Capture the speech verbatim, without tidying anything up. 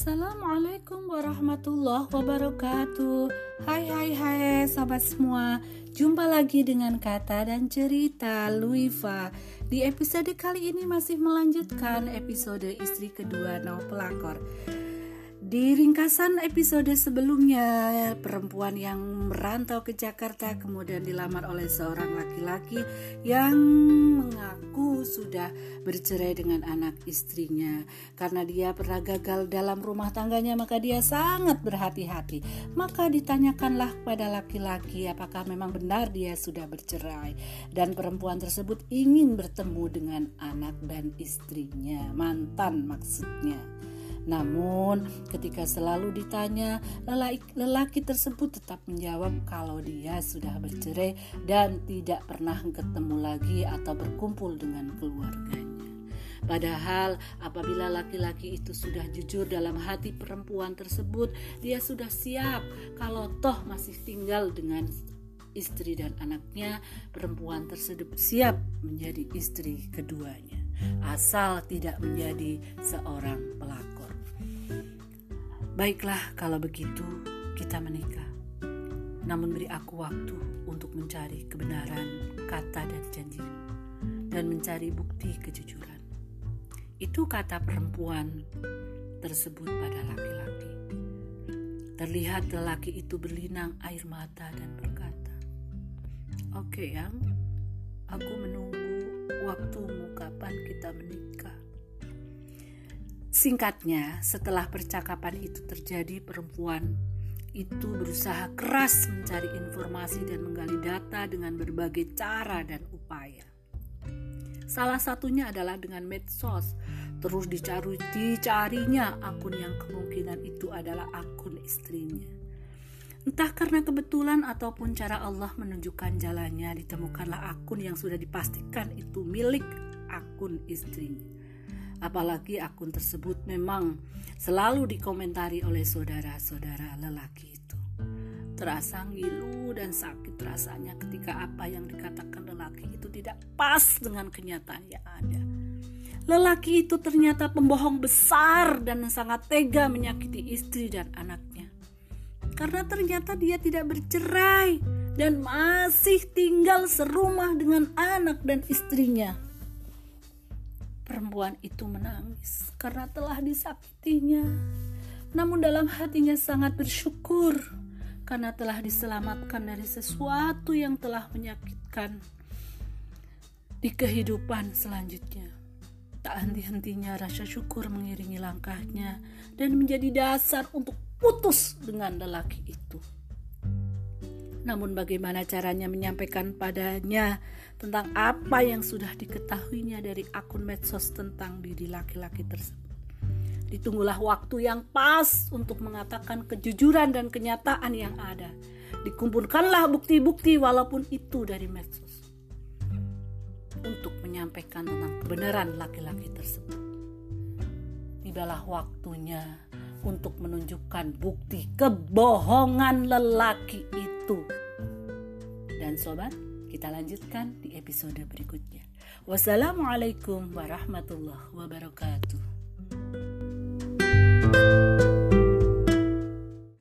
Assalamualaikum warahmatullahi wabarakatuh. Hai hai hai sahabat semua. Jumpa lagi dengan kata dan cerita Luifa. Di episode kali ini masih melanjutkan episode istri kedua Nau Pelakor. Di ringkasan episode sebelumnya, perempuan yang merantau ke Jakarta kemudian dilamar oleh seorang laki-laki yang mengaku sudah bercerai dengan anak istrinya. Karena dia pernah gagal dalam rumah tangganya, maka dia sangat berhati-hati. Maka ditanyakanlah kepada laki-laki apakah memang benar dia sudah bercerai. Dan perempuan tersebut ingin bertemu dengan anak dan istrinya, mantan maksudnya. Namun ketika selalu ditanya, lelaki, lelaki tersebut tetap menjawab kalau dia sudah bercerai dan tidak pernah ketemu lagi atau berkumpul dengan keluarganya. Padahal apabila laki-laki itu sudah jujur dalam hati perempuan tersebut, dia sudah siap kalau toh masih tinggal dengan istri dan anaknya, perempuan tersebut siap menjadi istri keduanya, asal tidak menjadi seorang pelakor. Baiklah, kalau begitu kita menikah. Namun beri aku waktu untuk mencari kebenaran kata dan janji dan mencari bukti kejujuran. Itu kata perempuan tersebut pada laki-laki. Terlihat lelaki itu berlinang air mata dan berkata, "Oke yang, aku menunggu waktumu kapan kita menikah." Singkatnya, setelah percakapan itu terjadi, perempuan itu berusaha keras mencari informasi dan menggali data dengan berbagai cara dan upaya. Salah satunya adalah dengan medsos. Terus dicari, dicarinya akun yang kemungkinan itu adalah akun istrinya. Entah karena kebetulan ataupun cara Allah menunjukkan jalannya, ditemukanlah akun yang sudah dipastikan itu milik akun istrinya. Apalagi akun tersebut memang selalu dikomentari oleh saudara-saudara lelaki itu. Terasa ngilu dan sakit rasanya ketika apa yang dikatakan lelaki itu tidak pas dengan kenyataan yang ada. Lelaki itu ternyata pembohong besar dan sangat tega menyakiti istri dan anaknya. Karena ternyata dia tidak bercerai dan masih tinggal serumah dengan anak dan istrinya. Perempuan itu menangis karena telah disakitinya. Namun dalam hatinya sangat bersyukur karena telah diselamatkan dari sesuatu yang telah menyakitkan di kehidupan selanjutnya. Tak henti-hentinya rasa syukur mengiringi langkahnya dan menjadi dasar untuk putus dengan lelaki itu. Namun bagaimana caranya menyampaikan padanya tentang apa yang sudah diketahuinya dari akun medsos tentang diri laki-laki tersebut. Ditunggulah waktu yang pas untuk mengatakan kejujuran dan kenyataan yang ada. Dikumpulkanlah bukti-bukti walaupun itu dari medsos, untuk menyampaikan tentang kebenaran laki-laki tersebut. Tibalah waktunya untuk menunjukkan bukti kebohongan lelaki itu. Dan sobat, kita lanjutkan di episode berikutnya. Wassalamualaikum warahmatullahi wabarakatuh.